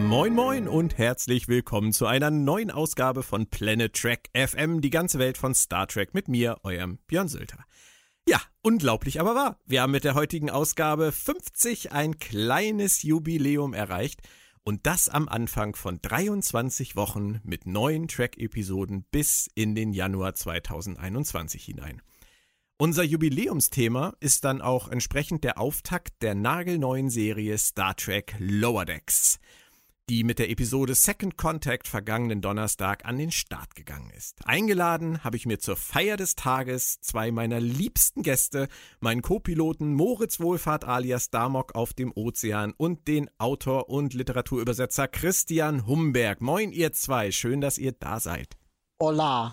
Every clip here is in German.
Moin moin und herzlich willkommen zu einer neuen Ausgabe von Planet Trek FM, die ganze Welt von Star Trek mit mir, eurem Björn Sülter. Ja, unglaublich aber wahr. Wir haben mit der heutigen Ausgabe 50 ein kleines Jubiläum erreicht und das am Anfang von 23 Wochen mit neuen Track-Episoden bis in den Januar 2021 hinein. Unser Jubiläumsthema ist dann auch entsprechend der Auftakt der nagelneuen Serie Star Trek Lower Decks, die mit der Episode Second Contact vergangenen Donnerstag an den Start gegangen ist. Eingeladen habe ich mir zur Feier des Tages zwei meiner liebsten Gäste, meinen Co-Piloten Moritz Wohlfahrt alias Damok auf dem Ozean und den Autor und Literaturübersetzer Christian Humberg. Moin ihr zwei, schön, dass ihr da seid. Hola.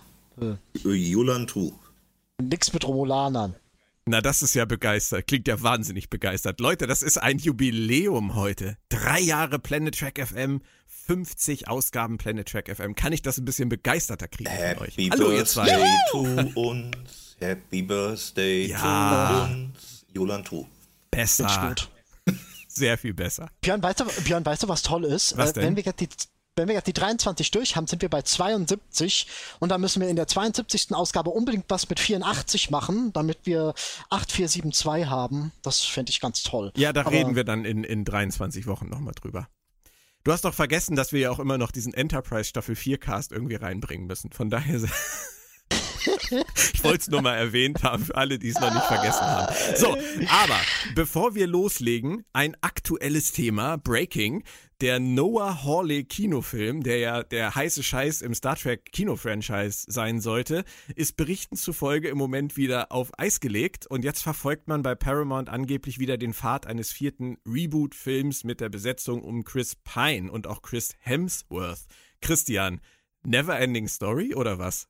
Yulantu. Nix mit Romulanern. Na, das ist ja begeistert. Klingt ja wahnsinnig begeistert. Leute, das ist ein Jubiläum heute. 3 Jahre Planet Trek FM, 50 Ausgaben Planet Trek FM. Kann ich das ein bisschen begeisterter kriegen von euch? Hallo ihr zwei. To uns. Happy Birthday to uns. Yulantu. Besser. Sehr viel besser. Björn, weißt du, was toll ist? Was denn? Wenn wir jetzt die 23 durch haben, sind wir bei 72 und dann müssen wir in der 72. Ausgabe unbedingt was mit 84 machen, damit wir 8472 haben. Das fände ich ganz toll. Ja, da reden wir dann in 23 Wochen nochmal drüber. Du hast doch vergessen, dass wir ja auch immer noch diesen Enterprise Staffel 4 Cast irgendwie reinbringen müssen. Von daher... Ich wollte es nur mal erwähnt haben, für alle, die es noch nicht vergessen haben. So, aber bevor wir loslegen, ein aktuelles Thema, Breaking. Der Noah Hawley Kinofilm, der ja der heiße Scheiß im Star Trek Kino-Franchise sein sollte, ist Berichten zufolge im Moment wieder auf Eis gelegt und jetzt verfolgt man bei Paramount angeblich wieder den Pfad eines 4. Reboot-Films mit der Besetzung um Chris Pine und auch Chris Hemsworth. Christian, Neverending Story oder was?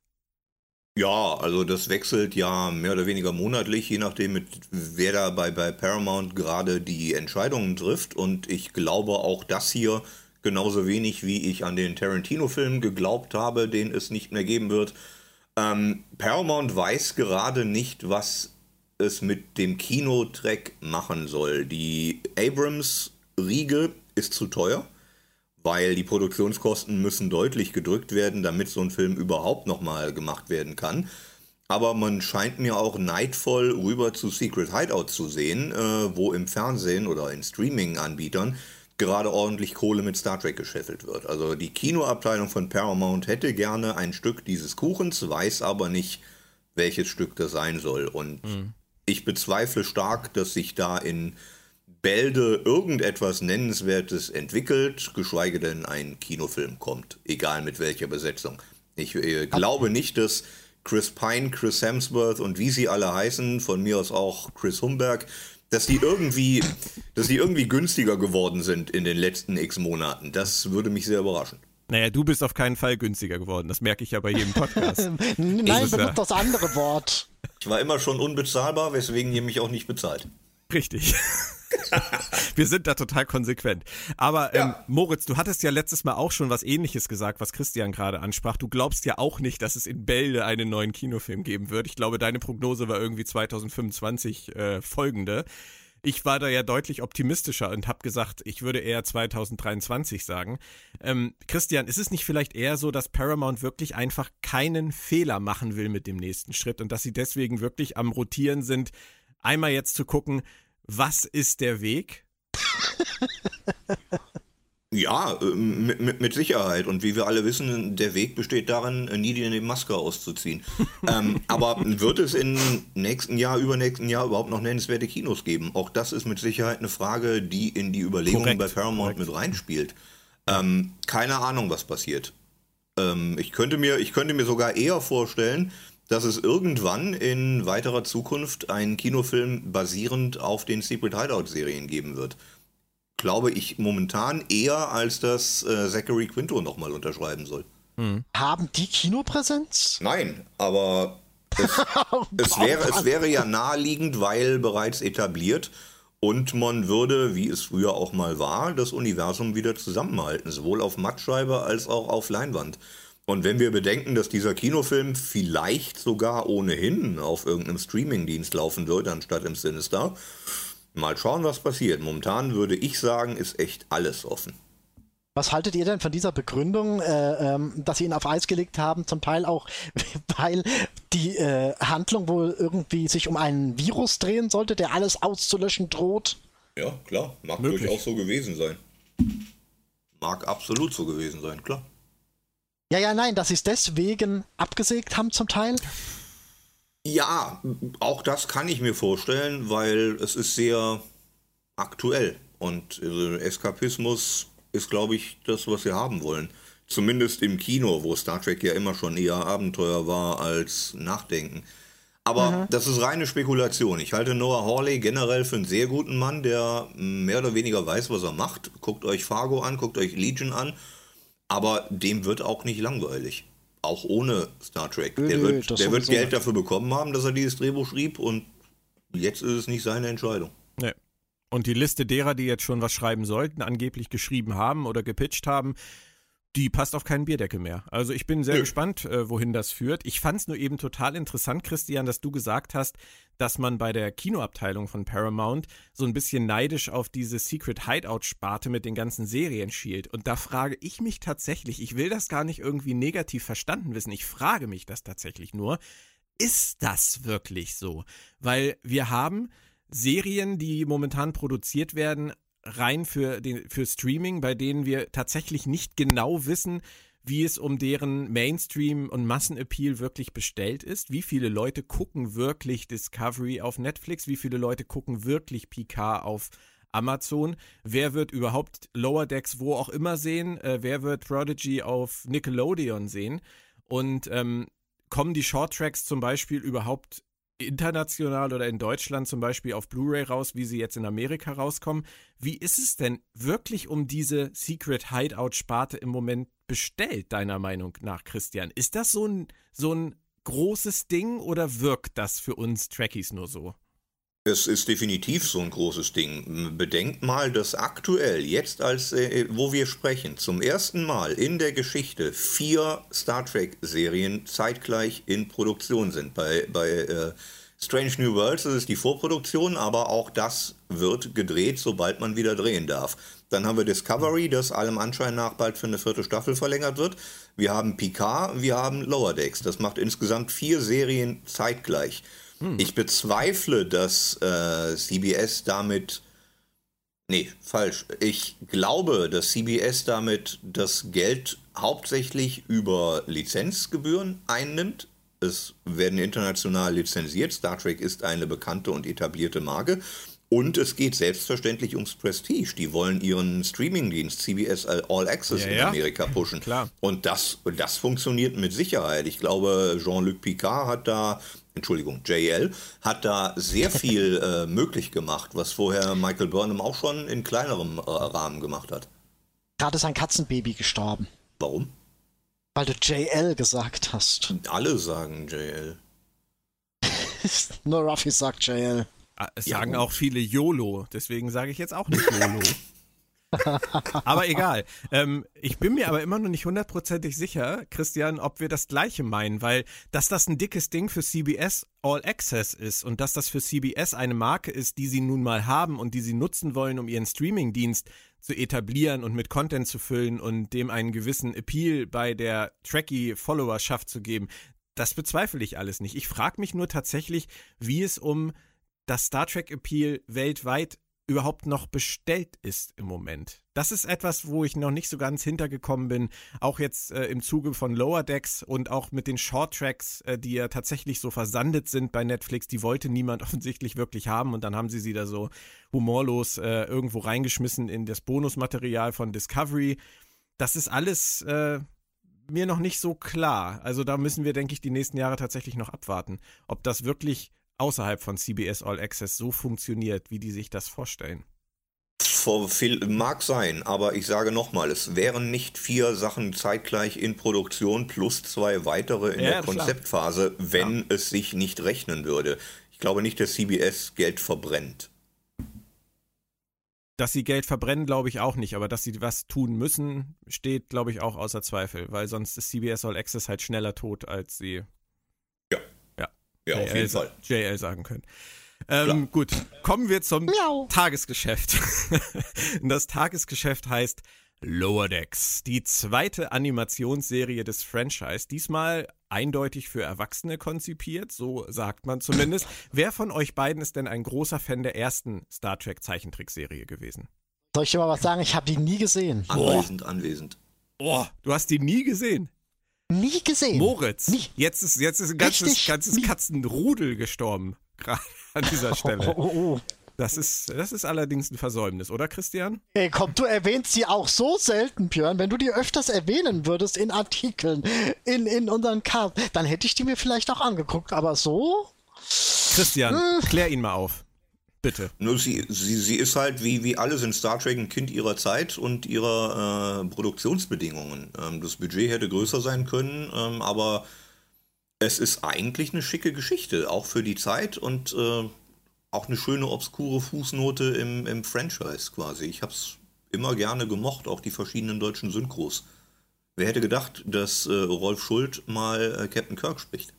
Ja, also das wechselt ja mehr oder weniger monatlich, je nachdem, wer da bei Paramount gerade die Entscheidungen trifft. Und ich glaube auch das hier genauso wenig, wie ich an den Tarantino-Film geglaubt habe, den es nicht mehr geben wird. Paramount weiß gerade nicht, was es mit dem Kinotrack machen soll. Die Abrams-Riege ist zu teuer, weil die Produktionskosten müssen deutlich gedrückt werden, damit so ein Film überhaupt nochmal gemacht werden kann. Aber man scheint mir auch neidvoll rüber zu Secret Hideout zu sehen, wo im Fernsehen oder in Streaming-Anbietern gerade ordentlich Kohle mit Star Trek gescheffelt wird. Also die Kinoabteilung von Paramount hätte gerne ein Stück dieses Kuchens, weiß aber nicht, welches Stück das sein soll. Und ich bezweifle stark, dass sich da in Bälde irgendetwas Nennenswertes entwickelt, geschweige denn ein Kinofilm kommt, egal mit welcher Besetzung. Ich glaube nicht, dass Chris Pine, Chris Hemsworth und wie sie alle heißen, von mir aus auch Chris Humberg, dass die irgendwie günstiger geworden sind in den letzten x Monaten. Das würde mich sehr überraschen. Naja, du bist auf keinen Fall günstiger geworden, das merke ich ja bei jedem Podcast. Nein, benutzt das andere Wort. Ich war immer schon unbezahlbar, weswegen ihr mich auch nicht bezahlt. Richtig. Wir sind da total konsequent. Aber Ja. Moritz, du hattest ja letztes Mal auch schon was Ähnliches gesagt, was Christian gerade ansprach. Du glaubst ja auch nicht, dass es in Bälde einen neuen Kinofilm geben wird. Ich glaube, deine Prognose war irgendwie 2025 folgende. Ich war da ja deutlich optimistischer und habe gesagt, ich würde eher 2023 sagen. Christian, ist es nicht vielleicht eher so, dass Paramount wirklich einfach keinen Fehler machen will mit dem nächsten Schritt und dass sie deswegen wirklich am Rotieren sind, einmal jetzt zu gucken, was ist der Weg? Ja, mit Sicherheit. Und wie wir alle wissen, der Weg besteht darin, nie die Maske auszuziehen. Aber wird es im nächsten Jahr, übernächsten Jahr überhaupt noch nennenswerte Kinos geben? Auch das ist mit Sicherheit eine Frage, die in die Überlegungen bei Paramount mit reinspielt. Keine Ahnung, was passiert. Ich könnte mir sogar eher vorstellen, dass es irgendwann in weiterer Zukunft einen Kinofilm basierend auf den Secret Hideout-Serien geben wird. Glaube ich momentan eher, als dass Zachary Quinto nochmal unterschreiben soll. Haben die Kinopräsenz? Nein, aber es wäre ja naheliegend, weil bereits etabliert und man würde, wie es früher auch mal war, das Universum wieder zusammenhalten, sowohl auf Mattscheibe als auch auf Leinwand. Und wenn wir bedenken, dass dieser Kinofilm vielleicht sogar ohnehin auf irgendeinem Streamingdienst laufen wird, anstatt im Sinister, mal schauen, was passiert. Momentan würde ich sagen, ist echt alles offen. Was haltet ihr denn von dieser Begründung, dass sie ihn auf Eis gelegt haben? Zum Teil auch, weil die Handlung wohl irgendwie sich um einen Virus drehen sollte, der alles auszulöschen droht? Ja, klar. Mag Möglich. durchaus so gewesen sein. Mag absolut so gewesen sein, klar. Ja, nein, dass sie es deswegen abgesägt haben zum Teil? Ja, auch das kann ich mir vorstellen, weil es ist sehr aktuell. Und Eskapismus ist, glaube ich, das, was wir haben wollen. Zumindest im Kino, wo Star Trek ja immer schon eher Abenteuer war als Nachdenken. Aber das ist reine Spekulation. Ich halte Noah Hawley generell für einen sehr guten Mann, der mehr oder weniger weiß, was er macht. Guckt euch Fargo an, guckt euch Legion an. Aber dem wird auch nicht langweilig. Auch ohne Star Trek. Der wird Geld dafür bekommen haben, dass er dieses Drehbuch schrieb. Und jetzt ist es nicht seine Entscheidung. Nee. Und die Liste derer, die jetzt schon was schreiben sollten, angeblich geschrieben haben oder gepitcht haben, die passt auf keinen Bierdeckel mehr. Also ich bin sehr gespannt, wohin das führt. Ich fand es nur eben total interessant, Christian, dass du gesagt hast, dass man bei der Kinoabteilung von Paramount so ein bisschen neidisch auf diese Secret Hideout-Sparte mit den ganzen Serien schielt. Und da frage ich mich tatsächlich, ich will das gar nicht irgendwie negativ verstanden wissen, ich frage mich das tatsächlich nur, ist das wirklich so? Weil wir haben Serien, die momentan produziert werden, rein für Streaming, bei denen wir tatsächlich nicht genau wissen, wie es um deren Mainstream- und Massenappeal wirklich bestellt ist. Wie viele Leute gucken wirklich Discovery auf Netflix? Wie viele Leute gucken wirklich Picard auf Amazon? Wer wird überhaupt Lower Decks wo auch immer sehen? Wer wird Prodigy auf Nickelodeon sehen? Und kommen die Shorttracks zum Beispiel überhaupt international oder in Deutschland zum Beispiel auf Blu-ray raus, wie sie jetzt in Amerika rauskommen? Wie ist es denn wirklich um diese Secret Hideout-Sparte im Moment bestellt, deiner Meinung nach, Christian? Ist das so ein großes Ding oder wirkt das für uns Trekkies nur so? Es ist definitiv so ein großes Ding. Bedenkt mal, dass aktuell, jetzt wo wir sprechen, zum ersten Mal in der Geschichte 4 Star Trek-Serien zeitgleich in Produktion sind. Bei Strange New Worlds ist es die Vorproduktion, aber auch das wird gedreht, sobald man wieder drehen darf. Dann haben wir Discovery, das allem Anschein nach bald für eine 4. Staffel verlängert wird. Wir haben Picard, wir haben Lower Decks. Das macht insgesamt 4 Serien zeitgleich. Ich bezweifle, dass CBS damit... Nee, falsch. Ich glaube, dass CBS damit das Geld hauptsächlich über Lizenzgebühren einnimmt. Es werden international lizenziert. Star Trek ist eine bekannte und etablierte Marke. Und es geht selbstverständlich ums Prestige. Die wollen ihren Streamingdienst CBS All Access in Amerika pushen. Klar. Und das funktioniert mit Sicherheit. Ich glaube, Jean-Luc Picard JL hat da sehr viel möglich gemacht, was vorher Michael Burnham auch schon in kleinerem Rahmen gemacht hat. Gerade ist ein Katzenbaby gestorben. Warum? Weil du JL gesagt hast. Alle sagen JL. Nur Ruffy sagt JL. Es sagen auch viele YOLO, deswegen sage ich jetzt auch nicht YOLO. Aber egal. Ich bin mir aber immer noch nicht 100%ig sicher, Christian, ob wir das Gleiche meinen, weil dass das ein dickes Ding für CBS All Access ist und dass das für CBS eine Marke ist, die sie nun mal haben und die sie nutzen wollen, um ihren Streamingdienst zu etablieren und mit Content zu füllen und dem einen gewissen Appeal bei der Trekkie-Followerschaft zu geben, das bezweifle ich alles nicht. Ich frage mich nur tatsächlich, wie es um das Star Trek-Appeal weltweit überhaupt noch bestellt ist im Moment. Das ist etwas, wo ich noch nicht so ganz hintergekommen bin, auch jetzt im Zuge von Lower Decks und auch mit den Shorttracks, die ja tatsächlich so versandet sind bei Netflix, die wollte niemand offensichtlich wirklich haben und dann haben sie da so humorlos irgendwo reingeschmissen in das Bonusmaterial von Discovery. Das ist alles mir noch nicht so klar. Also da müssen wir, denke ich, die nächsten Jahre tatsächlich noch abwarten, ob das wirklich außerhalb von CBS All Access so funktioniert, wie die sich das vorstellen. Mag sein, aber ich sage nochmal, es wären nicht 4 Sachen zeitgleich in Produktion plus 2 weitere in der Konzeptphase, wenn es sich nicht rechnen würde. Ich glaube nicht, dass CBS Geld verbrennt. Dass sie Geld verbrennen, glaube ich auch nicht, aber dass sie was tun müssen, steht, glaube ich, auch außer Zweifel, weil sonst ist CBS All Access halt schneller tot, als sie Ja, auf jeden Fall. JL sagen können. Gut, kommen wir zum Tagesgeschäft. Das Tagesgeschäft heißt Lower Decks, die zweite Animationsserie des Franchise, diesmal eindeutig für Erwachsene konzipiert, so sagt man zumindest. Wer von euch beiden ist denn ein großer Fan der ersten Star Trek Zeichentrickserie gewesen? Soll ich dir mal was sagen? Ich habe die nie gesehen. Anwesend. Oh, du hast die nie gesehen? Nie gesehen. Moritz, Nie. jetzt ist ein ganzes Katzenrudel gestorben, gerade an dieser Stelle. Oh. Das ist allerdings ein Versäumnis, oder Christian? Ey, komm, du erwähnst sie auch so selten, Björn. Wenn du die öfters erwähnen würdest in Artikeln, in unseren Karten, dann hätte ich die mir vielleicht auch angeguckt. Aber so? Christian, klär ihn mal auf. Bitte. Nur sie ist halt wie alles in Star Trek ein Kind ihrer Zeit und ihrer Produktionsbedingungen. Das Budget hätte größer sein können, aber es ist eigentlich eine schicke Geschichte, auch für die Zeit und auch eine schöne obskure Fußnote im Franchise quasi. Ich habe es immer gerne gemocht, auch die verschiedenen deutschen Synchros. Wer hätte gedacht, dass Rolf Schult mal Captain Kirk spricht?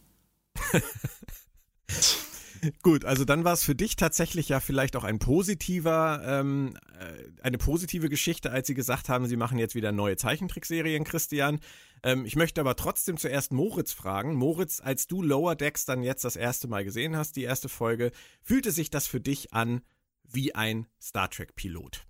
Gut, also dann war es für dich tatsächlich ja vielleicht auch eine positive Geschichte, als sie gesagt haben, sie machen jetzt wieder neue Zeichentrickserien, Christian. Ich möchte aber trotzdem zuerst Moritz fragen. Moritz, als du Lower Decks dann jetzt das erste Mal gesehen hast, die erste Folge, fühlte sich das für dich an wie ein Star Trek-Pilot?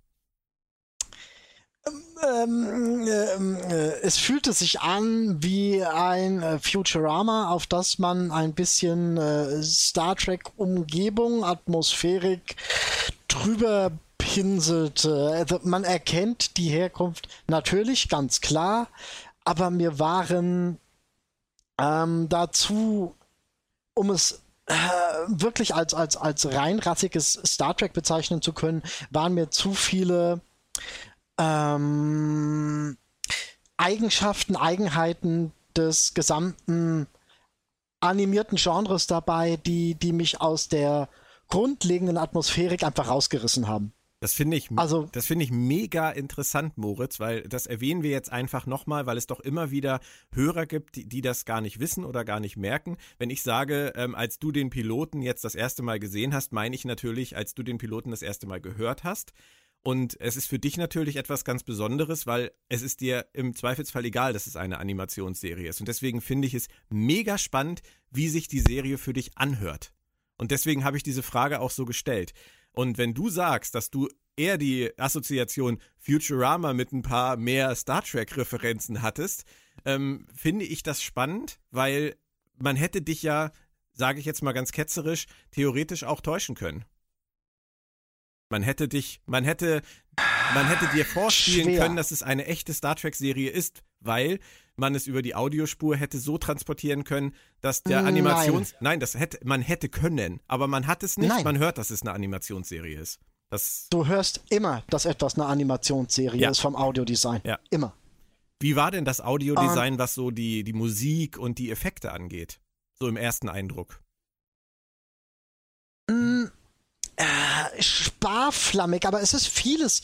Es fühlte sich an wie ein Futurama, auf das man ein bisschen Star Trek-Umgebung, Atmosphärik drüber pinselte. Also man erkennt die Herkunft natürlich, ganz klar, aber mir waren dazu, um es wirklich als reinrassiges Star Trek bezeichnen zu können, waren mir zu viele Eigenschaften, Eigenheiten des gesamten animierten Genres dabei, die mich aus der grundlegenden Atmosphärik einfach rausgerissen haben. Das finde ich mega interessant, Moritz, weil das erwähnen wir jetzt einfach nochmal, weil es doch immer wieder Hörer gibt, die das gar nicht wissen oder gar nicht merken. Wenn ich sage, als du den Piloten jetzt das erste Mal gesehen hast, meine ich natürlich, als du den Piloten das erste Mal gehört hast. Und es ist für dich natürlich etwas ganz Besonderes, weil es ist dir im Zweifelsfall egal, dass es eine Animationsserie ist. Und deswegen finde ich es mega spannend, wie sich die Serie für dich anhört. Und deswegen habe ich diese Frage auch so gestellt. Und wenn du sagst, dass du eher die Assoziation Futurama mit ein paar mehr Star Trek-Referenzen hattest, finde ich das spannend, weil man hätte dich ja, sage ich jetzt mal ganz ketzerisch, theoretisch auch täuschen können. Man hätte dir vorspielen können, dass es eine echte Star Trek-Serie ist, weil man es über die Audiospur hätte so transportieren können, dass der man hätte können, aber man hat es nicht, man hört, dass es eine Animationsserie ist. Du hörst immer, dass etwas eine Animationsserie ist vom Audiodesign. Ja. Immer. Wie war denn das Audiodesign, was so die Musik und die Effekte angeht? So im ersten Eindruck. Sparflammig, aber es ist vieles.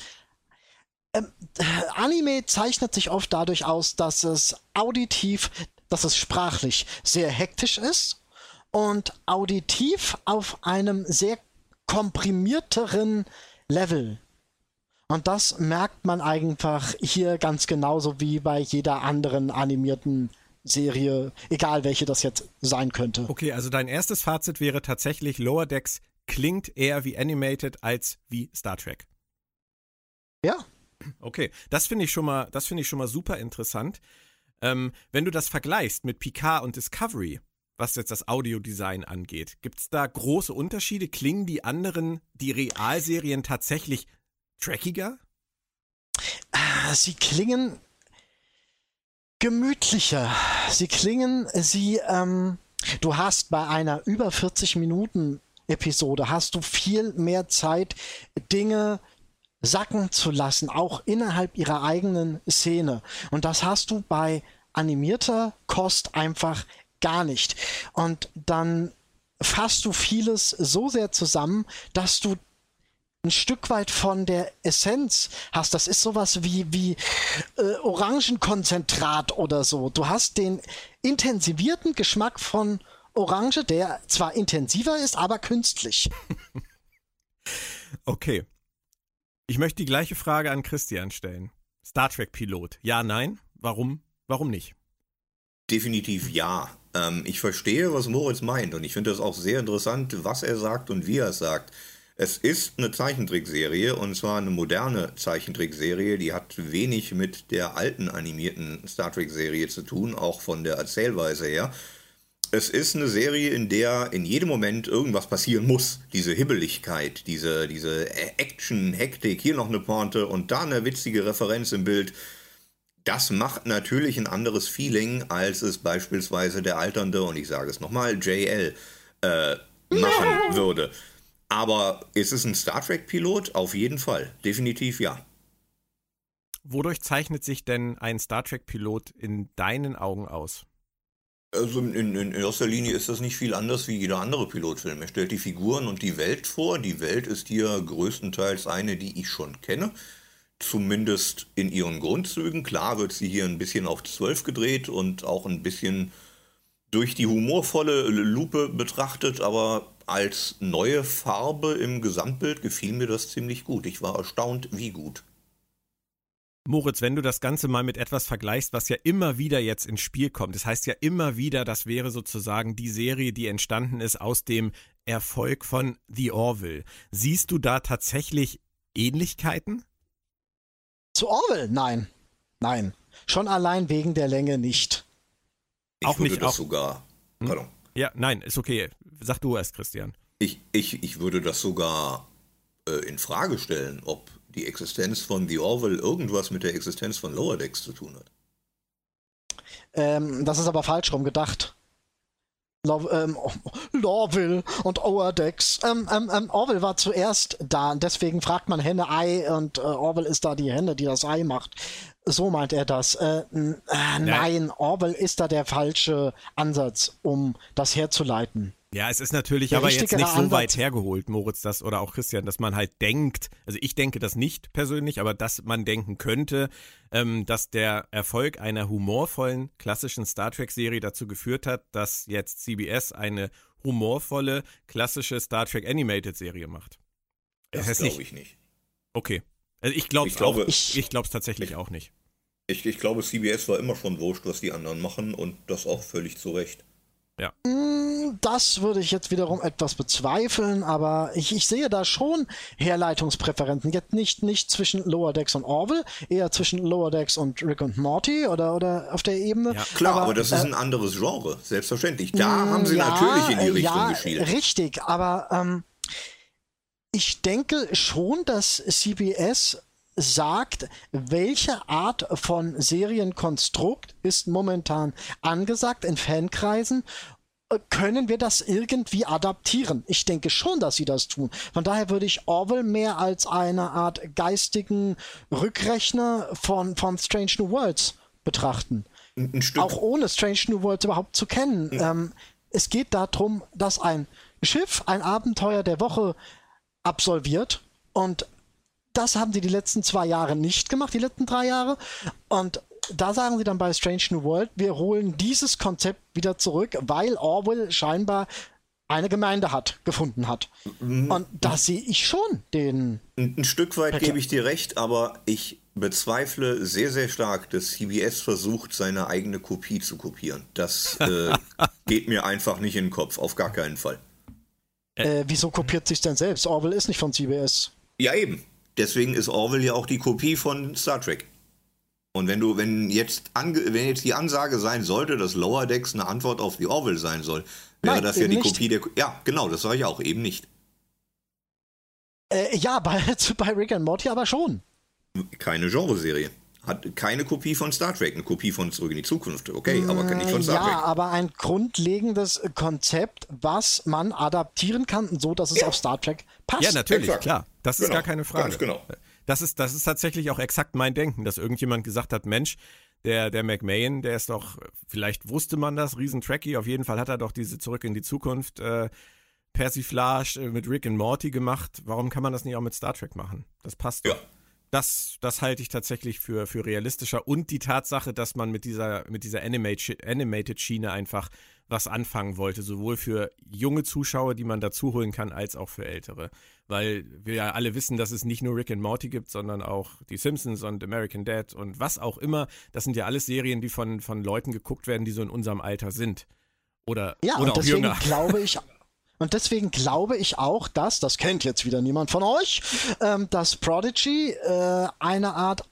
Anime zeichnet sich oft dadurch aus, dass es sprachlich sehr hektisch ist und auditiv auf einem sehr komprimierteren Level. Und das merkt man einfach hier ganz genauso wie bei jeder anderen animierten Serie, egal welche das jetzt sein könnte. Okay, also dein erstes Fazit wäre tatsächlich, Lower Decks klingt eher wie Animated als wie Star Trek. Ja. Okay, das finde ich schon mal super interessant. Wenn du das vergleichst mit Picard und Discovery, was jetzt das Audiodesign angeht, gibt es da große Unterschiede? Klingen die Realserien tatsächlich trackiger? Sie klingen gemütlicher. Du hast bei einer über 40 Minuten Episode hast du viel mehr Zeit, Dinge sacken zu lassen, auch innerhalb ihrer eigenen Szene. Und das hast du bei animierter Kost einfach gar nicht. Und dann fasst du vieles so sehr zusammen, dass du ein Stück weit von der Essenz hast. Das ist sowas wie Orangenkonzentrat oder so. Du hast den intensivierten Geschmack von Orange, der zwar intensiver ist, aber künstlich. Okay. Ich möchte die gleiche Frage an Christian stellen. Star Trek-Pilot. Ja, nein? Warum nicht? Definitiv ja. Ich verstehe, was Moritz meint und ich finde das auch sehr interessant, was er sagt und wie er es sagt. Es ist eine Zeichentrickserie und zwar eine moderne Zeichentrickserie, die hat wenig mit der alten animierten Star Trek-Serie zu tun, auch von der Erzählweise her. Es ist eine Serie, in der in jedem Moment irgendwas passieren muss. Diese Hibbeligkeit, diese Action, Hektik, hier noch eine Pointe und da eine witzige Referenz im Bild. Das macht natürlich ein anderes Feeling, als es beispielsweise der alternde, und ich sage es nochmal, JL machen würde. Aber ist es ein Star Trek-Pilot? Auf jeden Fall. Definitiv ja. Wodurch zeichnet sich denn ein Star Trek-Pilot in deinen Augen aus? Also in erster Linie ist das nicht viel anders wie jeder andere Pilotfilm. Er stellt die Figuren und die Welt vor. Die Welt ist hier größtenteils eine, die ich schon kenne. Zumindest in ihren Grundzügen. Klar wird sie hier ein bisschen auf 12 gedreht und auch ein bisschen durch die humorvolle Lupe betrachtet, aber als neue Farbe im Gesamtbild gefiel mir das ziemlich gut. Ich war erstaunt, wie gut. Moritz, wenn du das Ganze mal mit etwas vergleichst, was ja immer wieder jetzt ins Spiel kommt, das heißt ja immer wieder, das wäre sozusagen die Serie, die entstanden ist aus dem Erfolg von The Orville. Siehst du da tatsächlich Ähnlichkeiten? Zu Orwell? Nein. Nein. Schon allein wegen der Länge nicht. Ich auch würde nicht, das auch, sogar. Pardon. Ja, nein, ist okay. Sag du erst, Christian. Ich würde das sogar in Frage stellen, ob die Existenz von The Orville irgendwas mit der Existenz von Lower Decks zu tun hat. Das ist aber falsch rum gedacht. Lorville und Overdex. Orville war zuerst da und deswegen fragt man Henne-Ei und Orville ist da die Henne, die das Ei macht. So meint er das. Nein, Orville ist da der falsche Ansatz, um das herzuleiten. Ja, es ist natürlich Der aber jetzt richtigere nicht so Ansatz. weit hergeholt, Moritz, das oder auch Christian, dass man halt denkt, also ich denke das nicht persönlich, aber dass man denken könnte, dass der Erfolg einer humorvollen, klassischen Star Trek-Serie dazu geführt hat, dass jetzt CBS eine humorvolle, klassische Star Trek Animated-Serie macht. Das glaube ich nicht. Okay. Also ich glaube es tatsächlich auch nicht. Ich glaube, CBS war immer schon wurscht, was die anderen machen und das auch völlig zu Recht. Ja. Das würde ich jetzt wiederum etwas bezweifeln, aber ich sehe da schon Herleitungspräferenzen. Jetzt nicht zwischen Lower Decks und Orville, eher zwischen Lower Decks und Rick und Morty oder auf der Ebene. Ja, klar, aber das ist ein anderes Genre, selbstverständlich. Da haben sie natürlich in die Richtung geschielt. Richtig, aber ich denke schon, dass CBS sagt, welche Art von Serienkonstrukt ist momentan angesagt in Fankreisen. Können wir das irgendwie adaptieren? Ich denke schon, dass sie das tun. Von daher würde ich Orville mehr als eine Art geistigen Rückrechner von Strange New Worlds betrachten. Ein Stück. Auch ohne Strange New Worlds überhaupt zu kennen. Es geht darum, dass ein Schiff ein Abenteuer der Woche absolviert und das haben sie die letzten 2 Jahre nicht gemacht, die letzten 3 Jahre. Und da sagen sie dann bei Strange New World, wir holen dieses Konzept wieder zurück, weil Orwell scheinbar eine Gemeinde gefunden hat. Und da sehe ich schon den... Ein Stück weit gebe ich dir recht, aber ich bezweifle sehr, sehr stark, dass CBS versucht, seine eigene Kopie zu kopieren. Das geht mir einfach nicht in den Kopf, auf gar keinen Fall. Wieso kopiert sich denn selbst? Orwell ist nicht von CBS. Ja, eben. Deswegen ist Orville ja auch die Kopie von Star Trek. Und wenn jetzt die Ansage sein sollte, dass Lower Decks eine Antwort auf die Orville sein soll, wäre Nein, das ja die nicht. Kopie der... Ja, genau, das sage ich auch, eben nicht. Ja, bei Rick and Morty aber schon. Keine Genreserie. Hat keine Kopie von Star Trek, eine Kopie von Zurück in die Zukunft. Okay, aber nicht von Star Trek. Ja, aber ein grundlegendes Konzept, was man adaptieren kann, so dass es auf Star Trek passt. Ja, natürlich, Exakt. Klar. Das ist gar keine Frage. Ganz genau. Das ist tatsächlich auch exakt mein Denken, dass irgendjemand gesagt hat, Mensch, der McMahon, der ist doch, vielleicht wusste man das, Riesen-Trekkie, auf jeden Fall hat er doch diese Zurück in die Zukunft Persiflage mit Rick and Morty gemacht. Warum kann man das nicht auch mit Star Trek machen? Das passt doch. Ja. Das halte ich tatsächlich für realistischer und die Tatsache, dass man mit dieser Animated-Schiene einfach was anfangen wollte, sowohl für junge Zuschauer, die man dazu holen kann, als auch für ältere. Weil wir ja alle wissen, dass es nicht nur Rick and Morty gibt, sondern auch die Simpsons und American Dad und was auch immer. Das sind ja alles Serien, die von Leuten geguckt werden, die so in unserem Alter sind. Oder auch jünger. Und deswegen glaube ich auch, das kennt jetzt wieder niemand von euch, dass Prodigy eine Art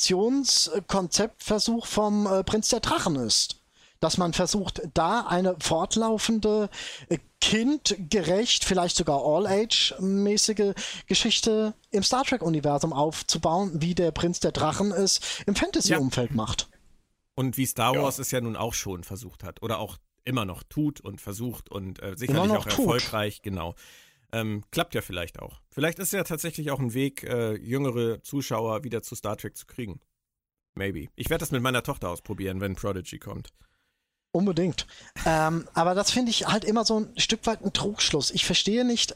Adaptionskonzeptversuch vom Prinz der Drachen ist. Dass man versucht, da eine fortlaufende, kindgerecht, vielleicht sogar All-Age-mäßige Geschichte im Star Trek-Universum aufzubauen, wie der Prinz der Drachen es im Fantasy-Umfeld macht. Und wie Star Wars es ja nun auch schon versucht hat. Oder auch immer noch tut und versucht und sicherlich auch erfolgreich, genau. Klappt ja vielleicht auch. Vielleicht ist ja tatsächlich auch ein Weg, jüngere Zuschauer wieder zu Star Trek zu kriegen. Maybe. Ich werde das mit meiner Tochter ausprobieren, wenn Prodigy kommt. Unbedingt. Aber das finde ich halt immer so ein Stück weit ein Trugschluss. Ich verstehe nicht.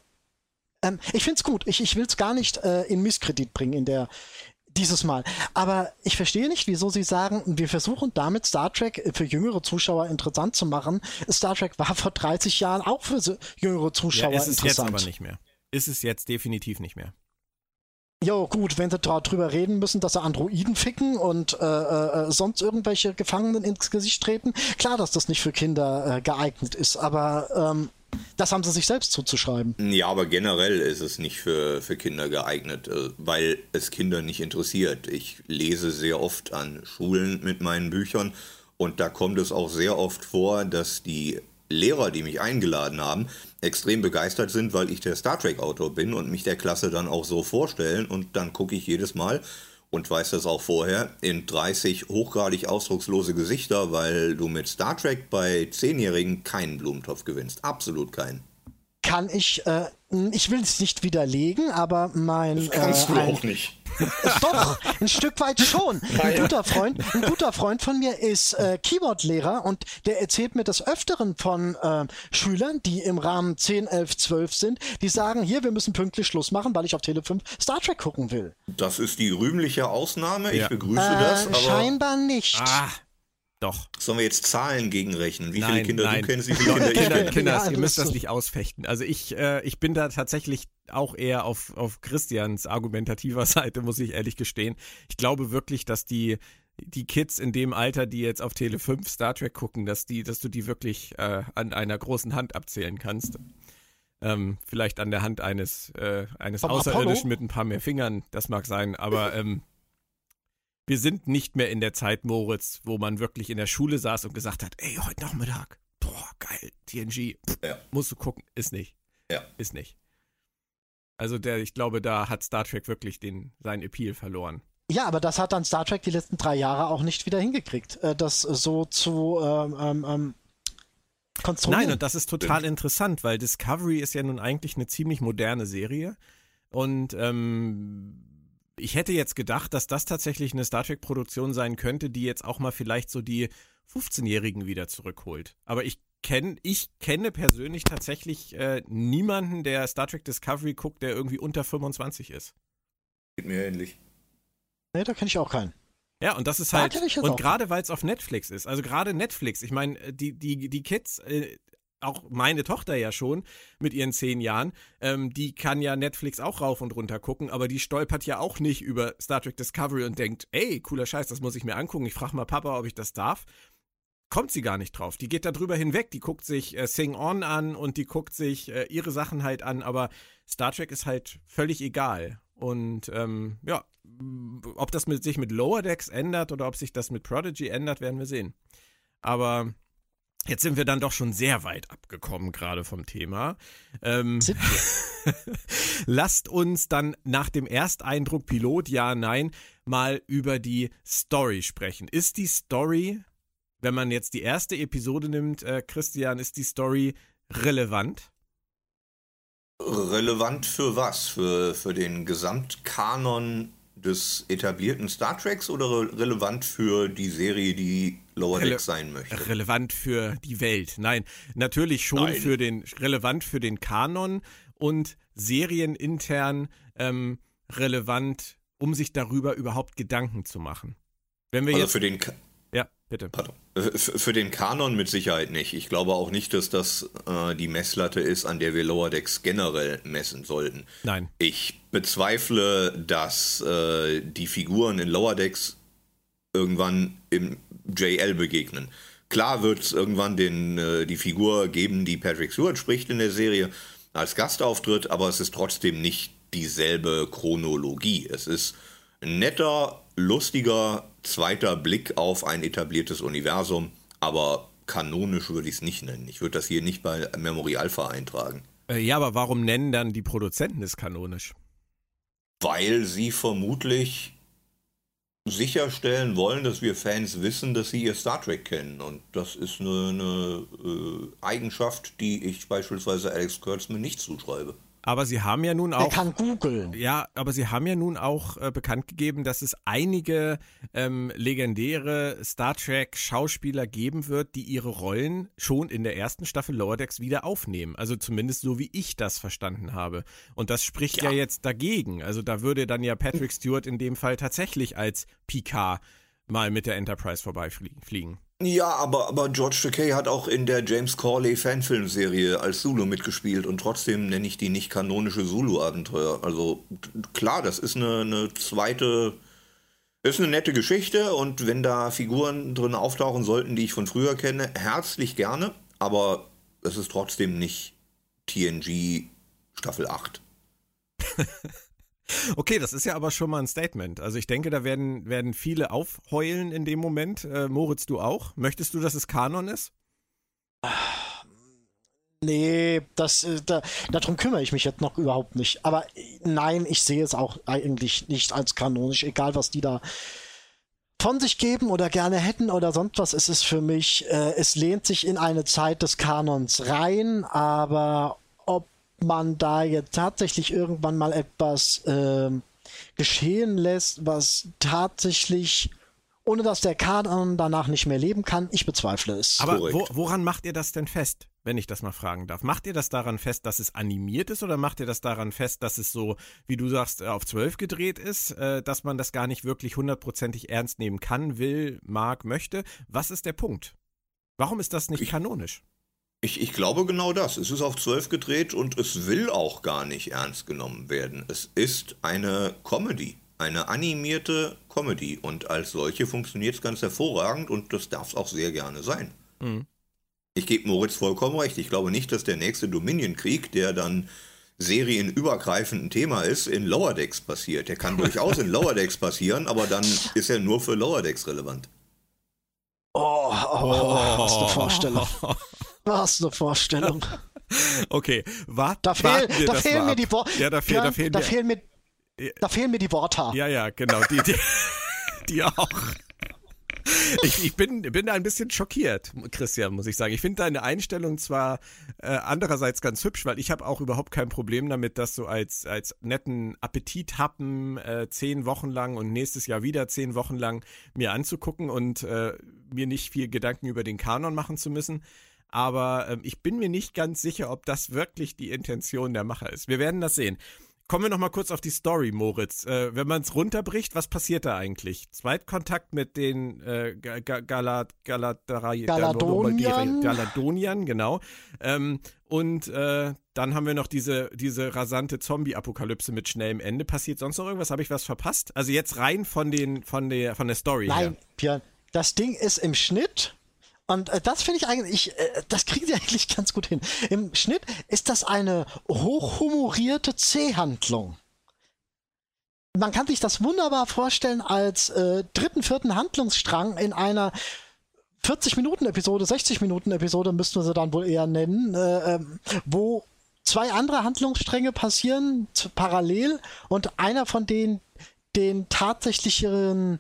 Ich finde es gut. Ich will es gar nicht in Misskredit bringen dieses Mal. Aber ich verstehe nicht, wieso sie sagen, wir versuchen damit Star Trek für jüngere Zuschauer interessant zu machen. Star Trek war vor 30 Jahren auch für jüngere Zuschauer interessant. Ist es jetzt aber nicht mehr. Ist es jetzt definitiv nicht mehr. Jo, gut, wenn sie drüber reden müssen, dass sie Androiden ficken und sonst irgendwelche Gefangenen ins Gesicht treten. Klar, dass das nicht für Kinder geeignet ist, aber das haben sie sich selbst zuzuschreiben. Ja, aber generell ist es nicht für Kinder geeignet, weil es Kinder nicht interessiert. Ich lese sehr oft an Schulen mit meinen Büchern und da kommt es auch sehr oft vor, dass die Lehrer, die mich eingeladen haben, extrem begeistert sind, weil ich der Star Trek-Autor bin und mich der Klasse dann auch so vorstellen und dann gucke ich jedes Mal und weiß das auch vorher in 30 hochgradig ausdruckslose Gesichter, weil du mit Star Trek bei 10-Jährigen keinen Blumentopf gewinnst. Absolut keinen. Ich will es nicht widerlegen, aber das kannst du auch nicht. Doch, ein Stück weit schon. Ein guter Freund von mir ist Keyboard-Lehrer und der erzählt mir des Öfteren von Schülern, die im Rahmen 10, 11, 12 sind, die sagen, hier, wir müssen pünktlich Schluss machen, weil ich auf Tele 5 Star Trek gucken will. Das ist die rühmliche Ausnahme, ich begrüße das. Aber scheinbar nicht. Doch. Sollen wir jetzt Zahlen gegenrechnen? Wie viele Kinder du kennst, wie viele Kinder ich kenne? Kinder, ihr müsst das nicht ausfechten. Also ich bin da tatsächlich auch eher auf Christians argumentativer Seite, muss ich ehrlich gestehen. Ich glaube wirklich, dass die Kids in dem Alter, die jetzt auf Tele 5 Star Trek gucken, dass du die wirklich an einer großen Hand abzählen kannst. Vielleicht an der Hand eines Außerirdischen mit ein paar mehr Fingern, das mag sein, aber wir sind nicht mehr in der Zeit, Moritz, wo man wirklich in der Schule saß und gesagt hat, ey, heute Nachmittag, boah, geil, TNG, musst du gucken. Ist nicht. Ja. Ist nicht. Also ich glaube, da hat Star Trek wirklich seinen Appeal verloren. Ja, aber das hat dann Star Trek die letzten 3 Jahre auch nicht wieder hingekriegt, das so zu konstruieren. Nein, und das ist total interessant, weil Discovery ist ja nun eigentlich eine ziemlich moderne Serie und ich hätte jetzt gedacht, dass das tatsächlich eine Star Trek-Produktion sein könnte, die jetzt auch mal vielleicht so die 15-Jährigen wieder zurückholt. Aber ich kenne persönlich tatsächlich niemanden, der Star Trek Discovery guckt, der irgendwie unter 25 ist. Geht mir ähnlich. Nee, da kenne ich auch keinen. Ja, und das ist halt, und gerade weil es auf Netflix ist, also gerade Netflix, ich meine, die Kids, auch meine Tochter ja schon mit ihren 10 Jahren, die kann ja Netflix auch rauf und runter gucken, aber die stolpert ja auch nicht über Star Trek Discovery und denkt, ey, cooler Scheiß, das muss ich mir angucken, ich frage mal Papa, ob ich das darf. Kommt sie gar nicht drauf. Die geht da drüber hinweg, die guckt sich Sing On an und die guckt sich ihre Sachen halt an, aber Star Trek ist halt völlig egal. Und ob das sich mit Lower Decks ändert oder ob sich das mit Prodigy ändert, werden wir sehen. Aber jetzt sind wir dann doch schon sehr weit abgekommen, gerade vom Thema. Lasst uns dann nach dem Ersteindruck Pilot, ja, nein, mal über die Story sprechen. Ist die Story, wenn man jetzt die erste Episode nimmt, Christian, ist die Story relevant? Relevant für was? Für den Gesamtkanon des etablierten Star Treks oder relevant für die Serie, die Lower Decks sein möchte? Relevant für die Welt. Nein, natürlich schon relevant für den Kanon und serienintern relevant, um sich darüber überhaupt Gedanken zu machen. Wenn wir also jetzt für den bitte. Pardon. Für den Kanon mit Sicherheit nicht. Ich glaube auch nicht, dass das die Messlatte ist, an der wir Lower Decks generell messen sollten. Nein. Ich bezweifle, dass die Figuren in Lower Decks irgendwann im JL begegnen. Klar wird es irgendwann die Figur geben, die Patrick Stewart spricht in der Serie, als Gastauftritt, aber es ist trotzdem nicht dieselbe Chronologie. Es ist ein netter, lustiger zweiter Blick auf ein etabliertes Universum, aber kanonisch würde ich es nicht nennen. Ich würde das hier nicht bei Memory Alpha eintragen. Ja, aber warum nennen dann die Produzenten es kanonisch? Weil sie vermutlich sicherstellen wollen, dass wir Fans wissen, dass sie ihr Star Trek kennen. Und das ist eine Eigenschaft, die ich beispielsweise Alex Kurtzman nicht zuschreibe. Aber sie haben ja nun auch... Der kann googeln. Ja, aber sie haben ja nun auch bekannt gegeben, dass es einige legendäre Star Trek-Schauspieler geben wird, die ihre Rollen schon in der ersten Staffel Lower Decks wieder aufnehmen. Also zumindest so, wie ich das verstanden habe. Und das spricht ja jetzt dagegen. Also da würde dann ja Patrick Stewart in dem Fall tatsächlich als Picard mal mit der Enterprise vorbeifliegen. Ja, aber George Takei hat auch in der James Corley Fanfilmserie als Zulu mitgespielt und trotzdem nenne ich die nicht kanonische Zulu-Abenteuer. Also klar, das ist eine zweite, ist eine nette Geschichte und wenn da Figuren drin auftauchen sollten, die ich von früher kenne, herzlich gerne, aber es ist trotzdem nicht TNG Staffel 8. Okay, das ist ja aber schon mal ein Statement. Also ich denke, da werden viele aufheulen in dem Moment. Moritz, du auch? Möchtest du, dass es Kanon ist? Nee, darum kümmere ich mich jetzt noch überhaupt nicht. Aber nein, ich sehe es auch eigentlich nicht als kanonisch, egal was die da von sich geben oder gerne hätten oder sonst was. Es ist für mich, es lehnt sich in eine Zeit des Kanons rein, aber ob man da jetzt tatsächlich irgendwann mal etwas geschehen lässt, was tatsächlich, ohne dass der Kanon danach nicht mehr leben kann, ich bezweifle es. Aber woran macht ihr das denn fest, wenn ich das mal fragen darf? Macht ihr das daran fest, dass es animiert ist oder macht ihr das daran fest, dass es so, wie du sagst, auf 12 gedreht ist, dass man das gar nicht wirklich hundertprozentig ernst nehmen kann, will, mag, möchte? Was ist der Punkt? Warum ist das nicht kanonisch? Ich glaube genau das. Es ist auf 12 gedreht und es will auch gar nicht ernst genommen werden. Es ist eine Comedy, eine animierte Comedy und als solche funktioniert es ganz hervorragend und das darf es auch sehr gerne sein. Mhm. Ich gebe Moritz vollkommen recht. Ich glaube nicht, dass der nächste Dominion-Krieg, der dann serienübergreifend ein Thema ist, in Lower Decks passiert. Der kann durchaus in Lower Decks passieren, aber dann ist er nur für Lower Decks relevant. Was eine Vorstellung. Was eine Vorstellung. Okay, da fehlen mir die Worte. Ja, da fehlen mir die Worte. Ja, genau, die auch. Ich bin da ein bisschen schockiert, Christian, muss ich sagen. Ich finde deine Einstellung zwar andererseits ganz hübsch, weil ich habe auch überhaupt kein Problem damit, das so als netten Appetithappen 10 Wochen lang und nächstes Jahr wieder 10 Wochen lang mir anzugucken und mir nicht viel Gedanken über den Kanon machen zu müssen. Aber ich bin mir nicht ganz sicher, ob das wirklich die Intention der Macher ist. Wir werden das sehen. Kommen wir noch mal kurz auf die Story, Moritz. Wenn man es runterbricht, was passiert da eigentlich? Zweitkontakt mit den Galadoniern, genau. Und dann haben wir noch diese rasante Zombie-Apokalypse mit schnellem Ende. Passiert sonst noch irgendwas? Habe ich was verpasst? Also jetzt rein von der Story her. Nein, Björn, das Ding ist im Schnitt. Und das finde ich eigentlich, das kriegen sie eigentlich ganz gut hin. Im Schnitt ist das eine hochhumorierte C-Handlung. Man kann sich das wunderbar vorstellen als dritten, vierten Handlungsstrang in einer 40-Minuten-Episode, 60-Minuten-Episode müssten wir sie dann wohl eher nennen, wo 2 andere Handlungsstränge passieren parallel und einer von denen die tatsächliche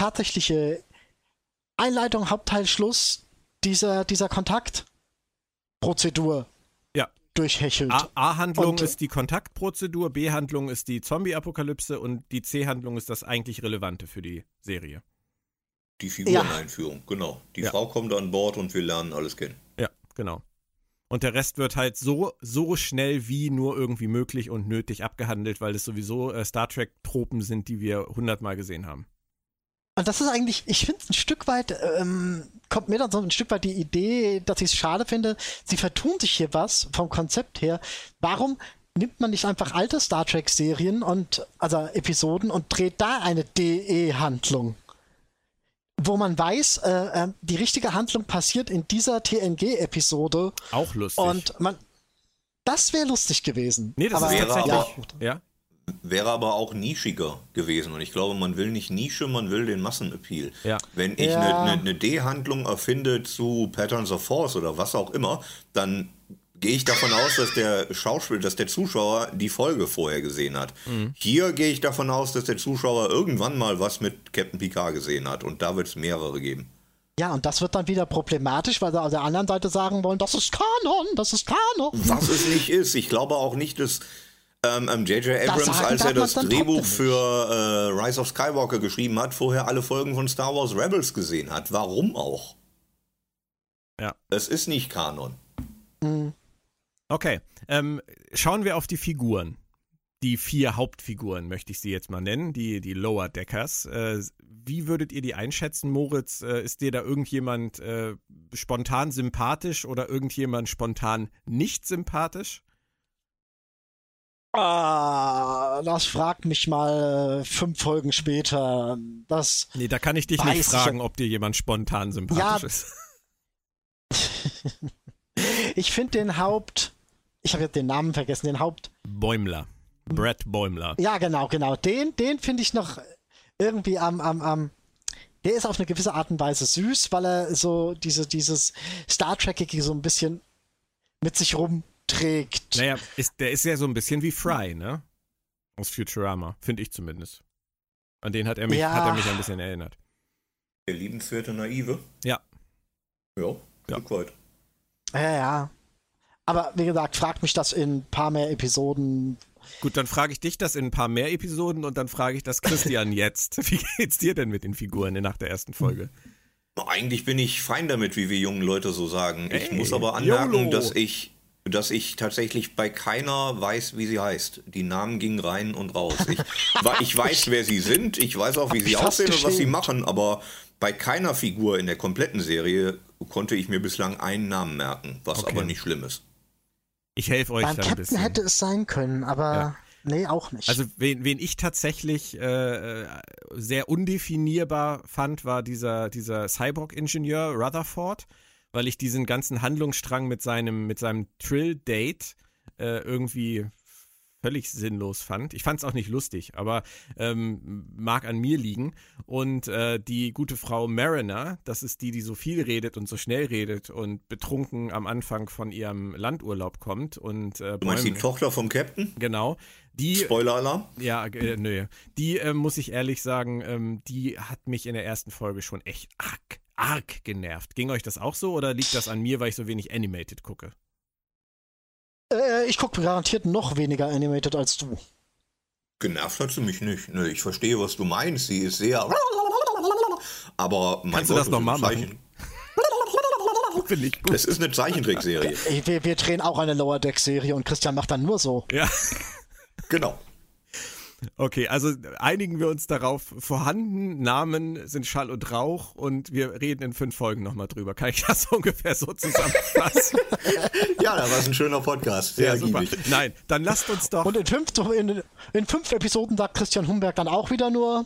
Einleitung, Hauptteil, Schluss dieser Kontaktprozedur durchhechelt. A-Handlung ist die Kontaktprozedur, B-Handlung ist die Zombie-Apokalypse und die C-Handlung ist das eigentlich Relevante für die Serie. Die Figureneinführung, genau. Die Frau kommt an Bord und wir lernen alles kennen. Ja, genau. Und der Rest wird halt so schnell wie nur irgendwie möglich und nötig abgehandelt, weil es sowieso Star Trek-Tropen sind, die wir 100-mal gesehen haben. Und das ist eigentlich, ich finde ein Stück weit, kommt mir dann so ein Stück weit die Idee, dass ich es schade finde, sie vertun sich hier was vom Konzept her. Warum nimmt man nicht einfach alte Star Trek-Serien also Episoden und dreht da eine DE-Handlung? Wo man weiß, die richtige Handlung passiert in dieser TNG-Episode. Auch lustig. Und das wäre lustig gewesen. Nee, das wäre ist tatsächlich. aber- Ja. Wäre aber auch nischiger gewesen. Und ich glaube, man will nicht Nische, man will den Massenappeal. Ja. Wenn ich Ja. eine D-Handlung erfinde zu Patterns of Force oder was auch immer, dann gehe ich davon aus, dass der Zuschauer die Folge vorher gesehen hat. Hier gehe ich davon aus, dass der Zuschauer irgendwann mal was mit Captain Picard gesehen hat. Und da wird es mehrere geben. Ja, und das wird dann wieder problematisch, weil sie auf der anderen Seite sagen wollen, das ist Kanon, das ist Kanon. Was es nicht ist. Ich glaube auch nicht, dass J.J. Abrams, sagen als er darf das man dann Drehbuch trotzdem für Rise of Skywalker geschrieben hat, vorher alle Folgen von Star Wars Rebels gesehen hat. Warum auch? Ja. Es ist nicht Kanon. Okay, schauen wir auf die Figuren. Die 4 Hauptfiguren möchte ich sie jetzt mal nennen, die Lower Deckers. Wie würdet ihr die einschätzen, Moritz? Ist dir da irgendjemand spontan sympathisch oder irgendjemand spontan nicht sympathisch? Das fragt mich mal 5 Folgen später. Nee, da kann ich dich Weiß nicht ich fragen, ob dir jemand spontan sympathisch Ja. ist. Ich finde ich habe jetzt den Namen vergessen, Bäumler. Brett Bäumler. ja, genau, den finde ich noch irgendwie der ist auf eine gewisse Art und Weise süß, weil er so dieses Star Trek-ige so ein bisschen mit sich rumträgt. Naja, der ist ja so ein bisschen wie Fry, ne? Aus Futurama, finde ich zumindest. An den hat er mich ein bisschen erinnert. Der liebenswerte Naive? Ja. Ja, ein Stück weit. Ja. Aber wie gesagt, fragt mich das in ein paar mehr Episoden. Gut, dann frage ich dich das in ein paar mehr Episoden und dann frage ich das Christian jetzt. Wie geht's dir denn mit den Figuren nach der ersten Folge? Eigentlich bin ich fein damit, wie wir jungen Leute so sagen. Ich Hey, muss aber anmerken, YOLO. dass ich tatsächlich bei keiner weiß, wie sie heißt. Die Namen gingen rein und raus. Ich weiß, wer sie sind, ich weiß auch, wie sie fast aussehen und was sie geschämt. machen, aber bei keiner Figur in der kompletten Serie konnte ich mir bislang einen Namen merken, was Okay. aber nicht schlimm ist. Ich helfe euch Beim dann ein Captain bisschen. hätte es sein können, aber Ja. nee, auch nicht. Also wen ich tatsächlich sehr undefinierbar fand, war dieser Cyborg-Ingenieur Rutherford, weil ich diesen ganzen Handlungsstrang mit seinem Trill-Date irgendwie völlig sinnlos fand. Ich fand es auch nicht lustig, aber mag an mir liegen. Und die gute Frau Mariner, das ist die so viel redet und so schnell redet und betrunken am Anfang von ihrem Landurlaub kommt. Und, Du meinst die Tochter vom Captain? Genau. Die, Spoiler-Alarm? ja, nö. Die, muss ich ehrlich sagen, die hat mich in der ersten Folge schon echt arg genervt. Ging euch das auch so oder liegt das an mir, weil ich so wenig Animated gucke? Ich gucke garantiert noch weniger Animated als du. Genervt hat sie mich nicht. Ne, ich verstehe, was du meinst. Sie ist sehr... Aber mein Kannst du Gott, das nochmal ist ein machen? Finde ich gut. Es ist eine Zeichentrickserie. Wir drehen auch eine Lower Deck-Serie und Christian macht dann nur so. Ja. Genau. Okay, also einigen wir uns darauf, vorhanden, Namen sind Schall und Rauch und wir reden in 5 Folgen nochmal drüber. Kann ich das ungefähr so zusammenfassen? Ja, das war ein schöner Podcast. Sehr super. ergiebig. Nein, dann lasst uns doch... Und in 5 Episoden sagt Christian Humberg dann auch wieder nur.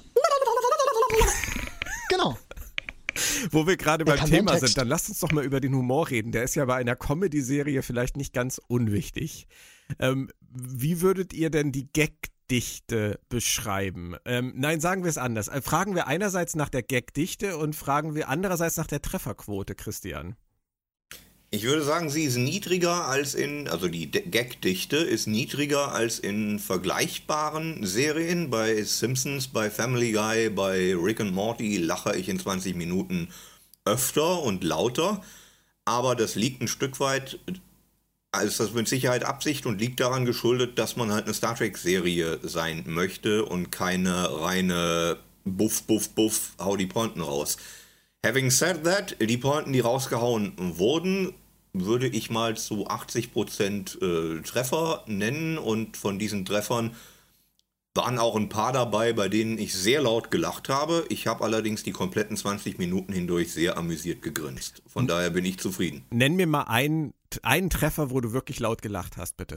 Genau. Wo wir gerade beim kann Thema den Text. sind, dann lasst uns doch mal über den Humor reden. Der ist ja bei einer Comedy-Serie vielleicht nicht ganz unwichtig. Wie würdet ihr denn die Gagdichte beschreiben? Nein, sagen wir es anders. Fragen wir einerseits nach der Gagdichte und fragen wir andererseits nach der Trefferquote, Christian. Ich würde sagen, sie ist niedriger als also die Gagdichte ist niedriger als in vergleichbaren Serien. Bei Simpsons, bei Family Guy, bei Rick and Morty lache ich in 20 Minuten öfter und lauter. Aber das liegt ein Stück weit, also das ist mit Sicherheit Absicht und liegt daran geschuldet, dass man halt eine Star Trek-Serie sein möchte und keine reine Buff, Buff, Buff, hau die Pointen raus. Having said that, die Pointen, die rausgehauen wurden, würde ich mal zu 80% Treffer nennen und von diesen Treffern Waren auch ein paar dabei, bei denen ich sehr laut gelacht habe. Ich habe allerdings die kompletten 20 Minuten hindurch sehr amüsiert gegrinst. Von daher bin ich zufrieden. Nenn mir mal einen Treffer, wo du wirklich laut gelacht hast, bitte.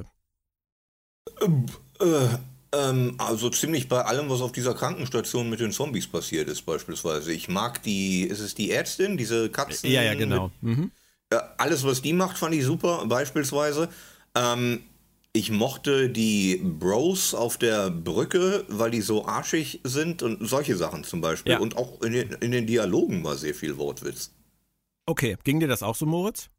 Also ziemlich bei allem, was auf dieser Krankenstation mit den Zombies passiert ist beispielsweise. Ich mag ist es die Ärztin, diese Katzen? Ja, genau. Alles, was die macht, fand ich super, beispielsweise. Ich mochte die Bros auf der Brücke, weil die so arschig sind und solche Sachen zum Beispiel. Ja. Und auch in den Dialogen war sehr viel Wortwitz. Okay, ging dir das auch so, Moritz?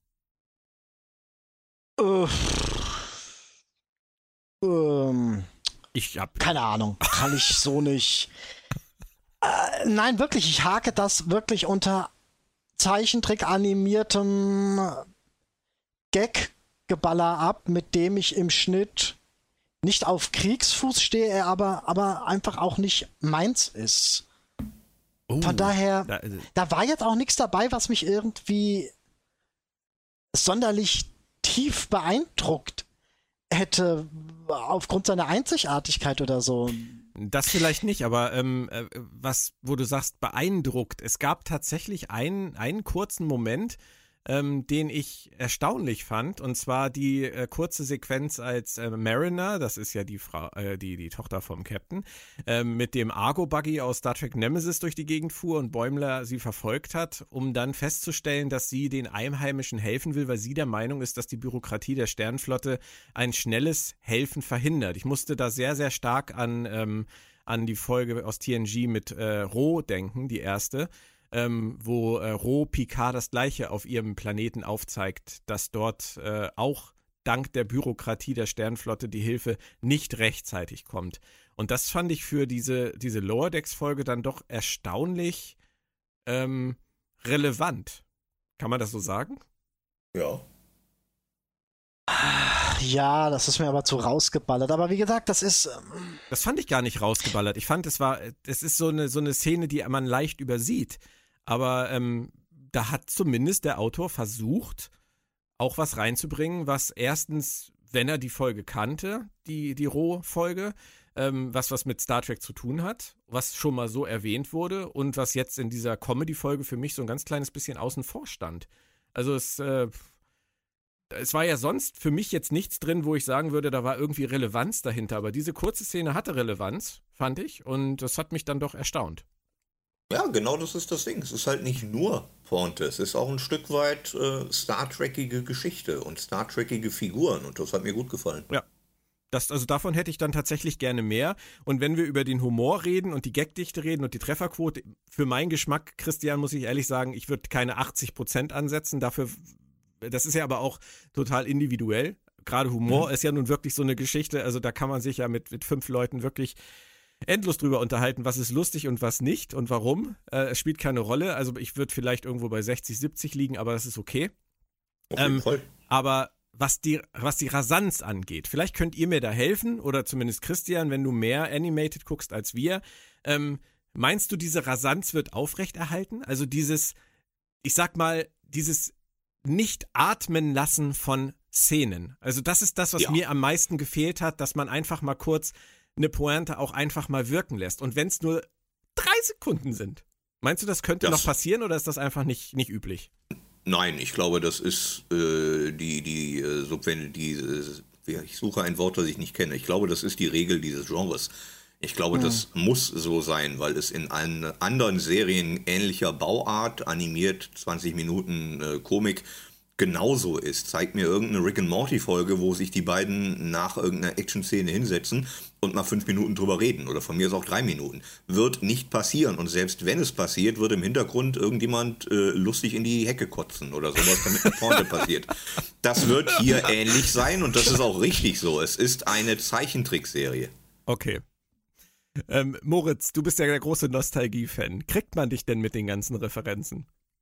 Keine Ahnung, kann ich so nicht. Nein, wirklich, ich hake das wirklich unter Zeichentrick-animiertem Gag-Geballer ab, mit dem ich im Schnitt nicht auf Kriegsfuß stehe, aber einfach auch nicht meins ist. Von daher, da war jetzt auch nichts dabei, was mich irgendwie sonderlich tief beeindruckt hätte, aufgrund seiner Einzigartigkeit oder so. Das vielleicht nicht, aber wo du sagst, beeindruckt. Es gab tatsächlich einen kurzen Moment, den ich erstaunlich fand, und zwar die kurze Sequenz, als Mariner, das ist ja die Frau, die Tochter vom Captain, mit dem Argo-Buggy aus Star Trek Nemesis durch die Gegend fuhr und Bäumler sie verfolgt hat, um dann festzustellen, dass sie den Einheimischen helfen will, weil sie der Meinung ist, dass die Bürokratie der Sternenflotte ein schnelles Helfen verhindert. Ich musste da sehr, sehr stark an die Folge aus TNG mit Ro denken, die erste, wo Ro Picard das Gleiche auf ihrem Planeten aufzeigt, dass dort auch dank der Bürokratie der Sternenflotte die Hilfe nicht rechtzeitig kommt. Und das fand ich für diese Lower Decks-Folge dann doch erstaunlich relevant. Kann man das so sagen? Ja. Ja, das ist mir aber zu rausgeballert. Aber wie gesagt, das ist... Das fand ich gar nicht rausgeballert. Ich fand, es ist so eine Szene, die man leicht übersieht. Aber da hat zumindest der Autor versucht, auch was reinzubringen, was erstens, wenn er die Folge kannte, die Roh-Folge, was mit Star Trek zu tun hat, was schon mal so erwähnt wurde und was jetzt in dieser Comedy-Folge für mich so ein ganz kleines bisschen außen vor stand. Also es war ja sonst für mich jetzt nichts drin, wo ich sagen würde, da war irgendwie Relevanz dahinter. Aber diese kurze Szene hatte Relevanz, fand ich, und das hat mich dann doch erstaunt. Ja, genau, das ist das Ding. Es ist halt nicht nur Pointe, es ist auch ein Stück weit Star Trekige Geschichte und Star Trekige Figuren, und das hat mir gut gefallen. Ja. Also davon hätte ich dann tatsächlich gerne mehr. Und wenn wir über den Humor reden und die Gagdichte reden und die Trefferquote, für meinen Geschmack, Christian, muss ich ehrlich sagen, ich würde keine 80% ansetzen. Dafür, das ist ja aber auch total individuell. Gerade Humor ist ja nun wirklich so eine Geschichte, also da kann man sich ja mit 5 Leuten wirklich endlos drüber unterhalten, was ist lustig und was nicht und warum. Es spielt keine Rolle. Also ich würde vielleicht irgendwo bei 60, 70 liegen, aber das ist okay. Auf jeden Fall. Aber was die Rasanz angeht, vielleicht könnt ihr mir da helfen, oder zumindest Christian, wenn du mehr Animated guckst als wir. Meinst du, diese Rasanz wird aufrechterhalten? Also dieses Nicht-Atmen lassen von Szenen. Also das ist das, was mir am meisten gefehlt hat, dass man einfach mal kurz eine Pointe auch einfach mal wirken lässt. Und wenn es nur 3 Sekunden sind. Meinst du, das könnte noch passieren, oder ist das einfach nicht üblich? Nein, ich glaube, das ist ich suche ein Wort, das ich nicht kenne. Ich glaube, das ist die Regel dieses Genres. Ich glaube, das muss so sein, weil es in allen anderen Serien ähnlicher Bauart, animiert, 20 Minuten Komik, genauso ist. Zeigt mir irgendeine Rick-and-Morty-Folge, wo sich die beiden nach irgendeiner Action-Szene hinsetzen und mal 5 Minuten drüber reden. Oder von mir ist auch 3 Minuten. Wird nicht passieren. Und selbst wenn es passiert, wird im Hintergrund irgendjemand lustig in die Hecke kotzen oder sowas, damit eine Pointe passiert. Das wird hier ähnlich sein, und das ist auch richtig so. Es ist eine Zeichentrickserie. Okay. Moritz, du bist ja der große Nostalgie-Fan. Kriegt man dich denn mit den ganzen Referenzen?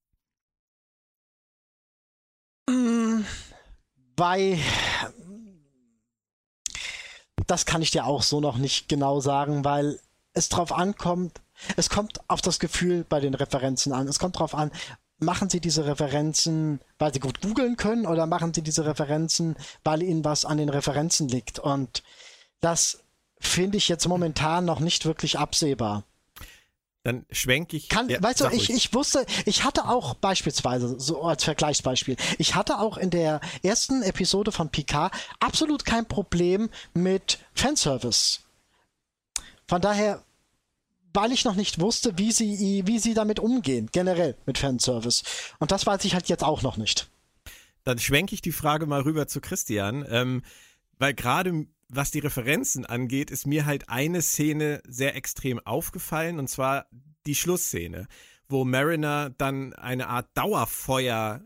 Das kann ich dir auch so noch nicht genau sagen, weil es drauf ankommt, es kommt auf das Gefühl bei den Referenzen an. Es kommt drauf an, machen sie diese Referenzen, weil sie gut googeln können, oder machen sie diese Referenzen, weil ihnen was an den Referenzen liegt. Und das finde ich jetzt momentan noch nicht wirklich absehbar. Dann schwenke ich. Weißt du, ich wusste, ich hatte auch beispielsweise, so als Vergleichsbeispiel, ich hatte auch in der ersten Episode von Picard absolut kein Problem mit Fanservice. Von daher, weil ich noch nicht wusste, wie sie damit umgehen, generell mit Fanservice. Und das weiß ich halt jetzt auch noch nicht. Dann schwenke ich die Frage mal rüber zu Christian, weil gerade was die Referenzen angeht, ist mir halt eine Szene sehr extrem aufgefallen, und zwar die Schlussszene, wo Mariner dann eine Art Dauerfeuer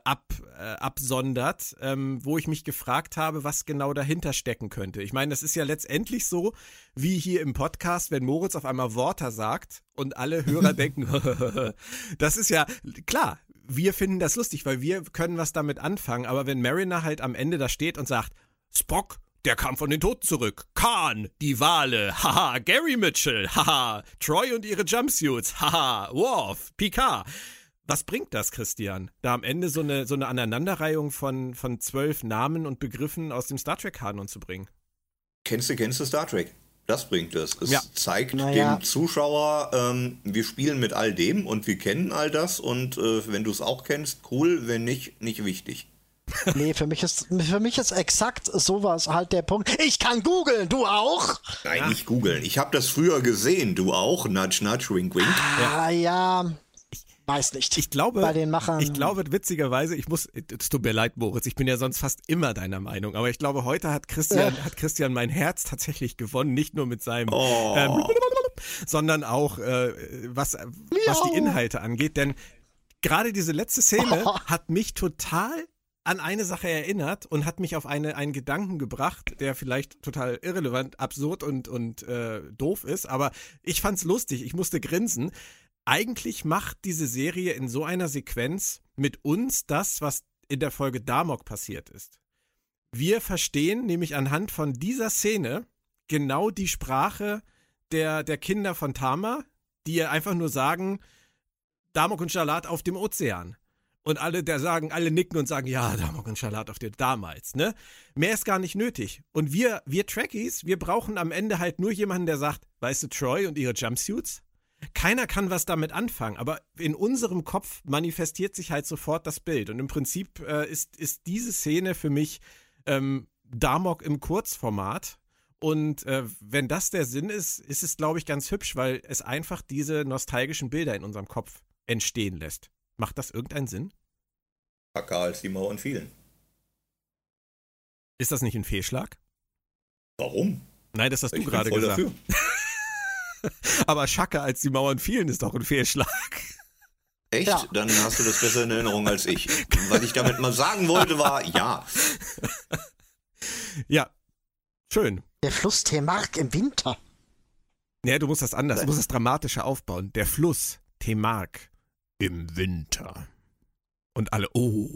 absondert, wo ich mich gefragt habe, was genau dahinter stecken könnte. Ich meine, das ist ja letztendlich so, wie hier im Podcast, wenn Moritz auf einmal Wörter sagt und alle Hörer denken, das ist ja, klar, wir finden das lustig, weil wir können was damit anfangen, aber wenn Mariner halt am Ende da steht und sagt, Spock, der kam von den Toten zurück. Khan, die Wale, haha, Gary Mitchell, haha, Troy und ihre Jumpsuits, haha, Worf, Picard. Was bringt das, Christian? Da amEnde so eine Aneinanderreihung von 12 Namen und Begriffen aus dem Star Trek-Kanon zu bringen? Kennst du Star Trek? Das bringt es. Es Ja. zeigt dem Zuschauer, wir spielen mit all dem und wir kennen all das, und wenn du es auch kennst, cool, wenn nicht, nicht wichtig. Nee, für mich ist exakt sowas halt der Punkt. Ich kann googeln, du auch? Nein, nicht googeln. Ich habe das früher gesehen, du auch. Nudge, nudge, wink, wink. Ja. Weiß nicht. Ich glaube, bei den Machern. Ich glaube, witzigerweise, es tut mir leid, Moritz, ich bin ja sonst fast immer deiner Meinung, aber ich glaube, heute hat Christian mein Herz tatsächlich gewonnen, nicht nur mit seinem, sondern auch, was die Inhalte angeht, denn gerade diese letzte Szene hat mich total an eine Sache erinnert und hat mich auf einen Gedanken gebracht, der vielleicht total irrelevant, absurd und doof ist, aber ich fand's lustig, ich musste grinsen. Eigentlich macht diese Serie in so einer Sequenz mit uns das, was in der Folge Damok passiert ist. Wir verstehen nämlich anhand von dieser Szene genau die Sprache der Kinder von Tama, die ja einfach nur sagen, Damok und Shalat auf dem Ozean. Und alle nicken und sagen, ja, Damok und Shalat auf dem damals, ne? Mehr ist gar nicht nötig. Und wir Trekkies, wir brauchen am Ende halt nur jemanden, der sagt, weißt du, Troy und ihre Jumpsuits? Keiner kann was damit anfangen, aber in unserem Kopf manifestiert sich halt sofort das Bild. Und im Prinzip ist diese Szene für mich Damok im Kurzformat. Und wenn das der Sinn ist, ist es, glaube ich, ganz hübsch, weil es einfach diese nostalgischen Bilder in unserem Kopf entstehen lässt. Macht das irgendeinen Sinn? Wacker als die Mauern fielen. Ist das nicht ein Fehlschlag? Warum? Nein, das hast du Ich bin gerade voll gesagt. dafür. Aber Schacke, als die Mauern fielen, ist doch ein Fehlschlag. Echt? Ja. Dann hast du das besser in Erinnerung als ich. Was ich damit mal sagen wollte, war, ja. Ja, schön. Der Fluss Temark im Winter. Ja, du musst das anders, du musst das dramatischer aufbauen. Der Fluss Temark im Winter. Und alle,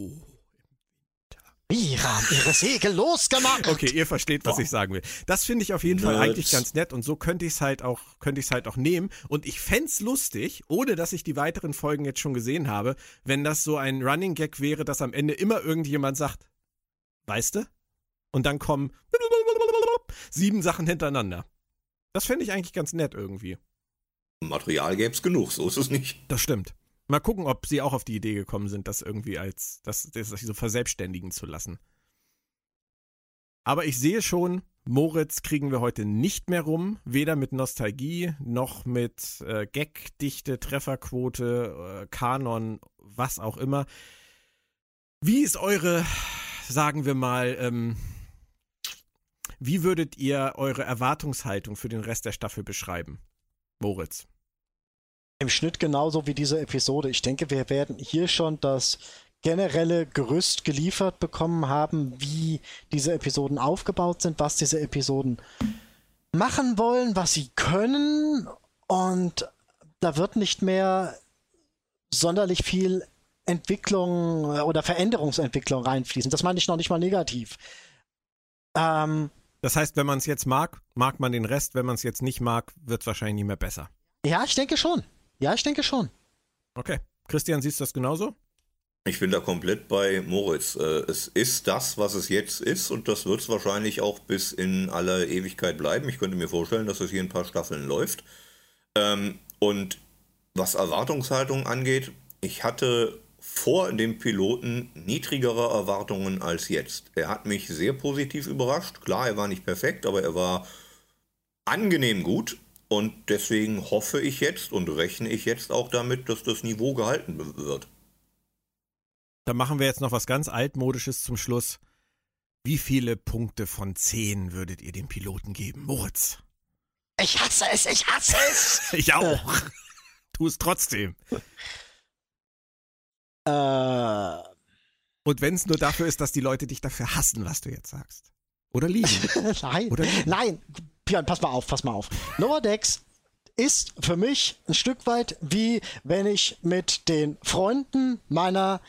Wir haben ihre Segel losgemacht. Okay, ihr versteht, was ich sagen will. Das finde ich auf jeden Fall eigentlich ganz nett, und so könnte ich es halt auch nehmen. Und ich fänd's lustig, ohne dass ich die weiteren Folgen jetzt schon gesehen habe, wenn das so ein Running Gag wäre, dass am Ende immer irgendjemand sagt, weißt du? Und dann kommen 7 Sachen hintereinander. Das fände ich eigentlich ganz nett irgendwie. Material gäb's genug, so ist es nicht. Das stimmt. Mal gucken, ob sie auch auf die Idee gekommen sind, das irgendwie das so verselbstständigen zu lassen. Aber ich sehe schon, Moritz kriegen wir heute nicht mehr rum, weder mit Nostalgie noch mit Gagdichte, Trefferquote, Kanon, was auch immer. Wie ist eure, sagen wir mal, wie würdet ihr eure Erwartungshaltung für den Rest der Staffel beschreiben? Moritz. Im Schnitt genauso wie diese Episode. Ich denke, wir werden hier schon das generelle Gerüst geliefert bekommen haben, wie diese Episoden aufgebaut sind, was diese Episoden machen wollen, was sie können, und da wird nicht mehr sonderlich viel Entwicklung oder Veränderungsentwicklung reinfließen. Das meine ich noch nicht mal negativ. Das heißt, wenn man es jetzt mag, mag man den Rest. Wenn man es jetzt nicht mag, wird es wahrscheinlich nicht mehr besser. Ja, ich denke schon. Okay. Christian, siehst du das genauso? Ich bin da komplett bei Moritz. Es ist das, was es jetzt ist, und das wird es wahrscheinlich auch bis in aller Ewigkeit bleiben. Ich könnte mir vorstellen, dass es hier ein paar Staffeln läuft. Und was Erwartungshaltung angeht, ich hatte vor dem Piloten niedrigere Erwartungen als jetzt. Er hat mich sehr positiv überrascht. Klar, er war nicht perfekt, aber er war angenehm gut. Und deswegen hoffe ich jetzt und rechne ich jetzt auch damit, dass das Niveau gehalten wird. Dann machen wir jetzt noch was ganz Altmodisches zum Schluss. Wie viele Punkte von 10 würdet ihr dem Piloten geben, Moritz? Ich hasse es, ich hasse es! Ich auch. Tu es trotzdem. Und wenn es nur dafür ist, dass die Leute dich dafür hassen, was du jetzt sagst. Oder lieben. Nein, Oder lieben. nein. Björn, pass mal auf. Lower Decks ist für mich ein Stück weit wie wenn ich mit den Freunden meiner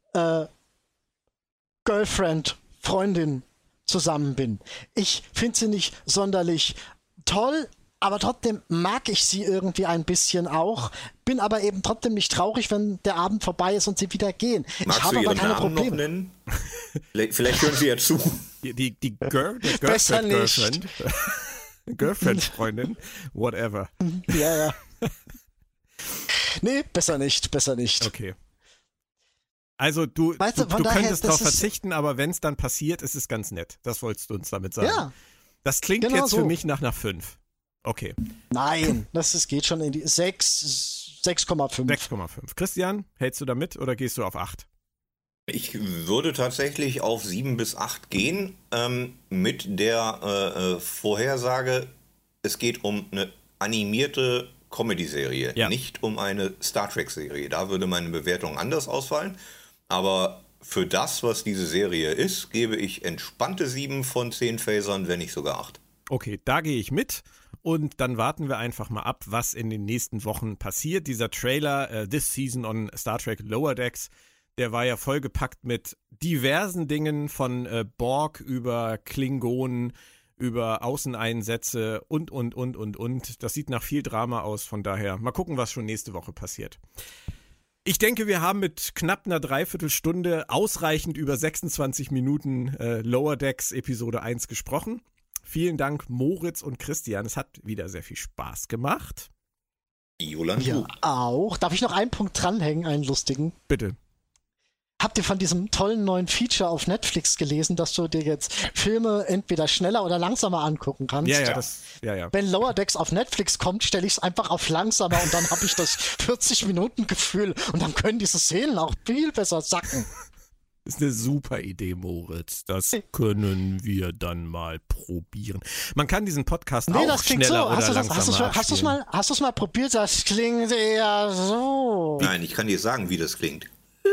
Girlfriend, Freundin zusammen bin. Ich finde sie nicht sonderlich toll, aber trotzdem mag ich sie irgendwie ein bisschen auch, bin aber eben trotzdem nicht traurig, wenn der Abend vorbei ist und sie wieder gehen. Magst ich habe du aber ihren keine Namen noch Probleme. nennen? Vielleicht hören sie ja zu. Die Besser nicht. Girlfriend-Freundin, whatever. Ja. Nee, besser nicht. Okay. Also du Weißt du, von daher, könntest das darauf ist- verzichten, aber wenn es dann passiert, ist es ganz nett. Das wolltest du uns damit sagen. Ja, Das klingt genau jetzt für so. mich nach einer 5. Okay, nein, geht schon in die 6,5. 6,5. Christian, hältst du da mit oder gehst du auf 8? Ich würde tatsächlich auf 7 bis 8 gehen, mit der Vorhersage, es geht um eine animierte Comedy-Serie, Ja. nicht um eine Star Trek-Serie. Da würde meine Bewertung anders ausfallen. Aber für das, was diese Serie ist, gebe ich entspannte 7 von 10 Phasern, wenn nicht sogar 8. Okay, da gehe ich mit und dann warten wir einfach mal ab, was in den nächsten Wochen passiert. Dieser Trailer, This Season on Star Trek Lower Decks, der war ja vollgepackt mit diversen Dingen von Borg über Klingonen, über Außeneinsätze und. Das sieht nach viel Drama aus, von daher mal gucken, was schon nächste Woche passiert. Ich denke, wir haben mit knapp einer Dreiviertelstunde ausreichend über 26 Minuten Lower Decks Episode 1 gesprochen. Vielen Dank, Moritz und Christian. Es hat wieder sehr viel Spaß gemacht. Jolan, Ja, auch. Darf ich noch einen Punkt dranhängen, einen lustigen? Bitte. Habt ihr von diesem tollen neuen Feature auf Netflix gelesen, dass du dir jetzt Filme entweder schneller oder langsamer angucken kannst? Ja. Wenn Lower Decks auf Netflix kommt, stelle ich es einfach auf langsamer und dann habe ich das 40-Minuten-Gefühl und dann können diese Szenen auch viel besser sacken. Das ist eine super Idee, Moritz. Das können wir dann mal probieren. Man kann diesen Podcast auch das klingt schneller so. oder langsamer Hast du es mal probiert? Das klingt eher so. Nein, ich kann dir sagen, wie das klingt.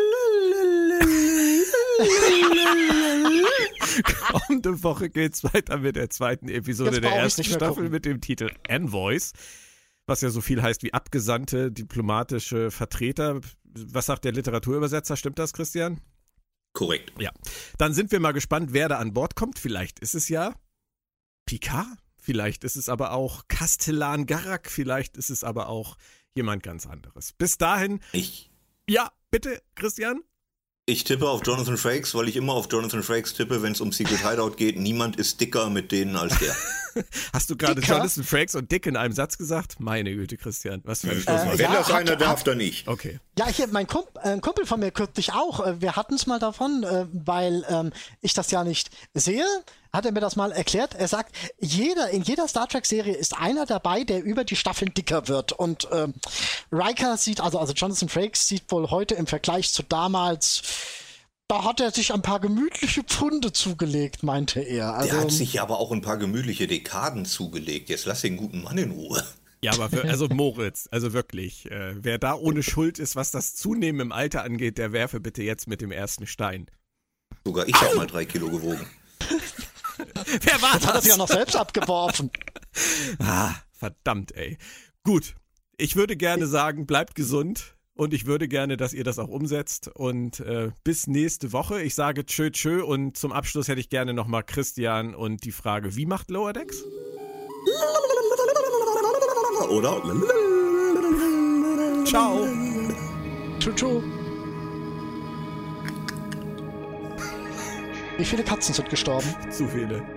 Kommende Woche geht's weiter mit der zweiten Episode Jetzt der brauch ich's ersten nicht mehr Staffel gucken. mit dem Titel Envoys, was ja so viel heißt wie abgesandte diplomatische Vertreter. Was sagt der Literaturübersetzer? Stimmt das, Christian? Korrekt. Ja. Dann sind wir mal gespannt, wer da an Bord kommt. Vielleicht ist es ja Picard, vielleicht ist es aber auch Kastellan Garak, vielleicht ist es aber auch jemand ganz anderes. Bis dahin, ja, bitte, Christian? Ich tippe auf Jonathan Frakes, weil ich immer auf Jonathan Frakes tippe, wenn es um Secret Hideout geht. Niemand ist dicker mit denen als der. Hast du gerade Dicker? Jonathan Frakes und Dick in einem Satz gesagt? Meine Güte, Christian, was für ein Schlusswort. Wenn das ja, einer darf, dann nicht. Okay. Ja, hier, ein Kumpel von mir kürzlich auch. Wir hatten es mal davon, weil ich das ja nicht sehe, hat er mir das mal erklärt. Er sagt, in jeder Star Trek-Serie ist einer dabei, der über die Staffeln dicker wird. Und Riker sieht, also Jonathan Frakes sieht wohl heute im Vergleich zu damals, da hat er sich ein paar gemütliche Pfunde zugelegt, meinte er. Also, Der hat sich aber auch ein paar gemütliche Dekaden zugelegt. Jetzt lass den guten Mann in Ruhe. Ja, aber also Moritz, also wirklich, wer da ohne Schuld ist, was das Zunehmen im Alter angeht, der werfe bitte jetzt mit dem ersten Stein. Sogar ich habe mal 3 Kilo gewogen. Wer war hat er das? sich auch noch selbst abgeworfen. Verdammt, ey. Gut, ich würde gerne sagen, bleibt gesund. Und ich würde gerne, dass ihr das auch umsetzt. Und bis nächste Woche. Ich sage tschö und zum Abschluss hätte ich gerne nochmal Christian und die Frage, wie macht Lower Decks? Oder? Ciao. Tschu. Wie viele Katzen sind gestorben? Zu viele.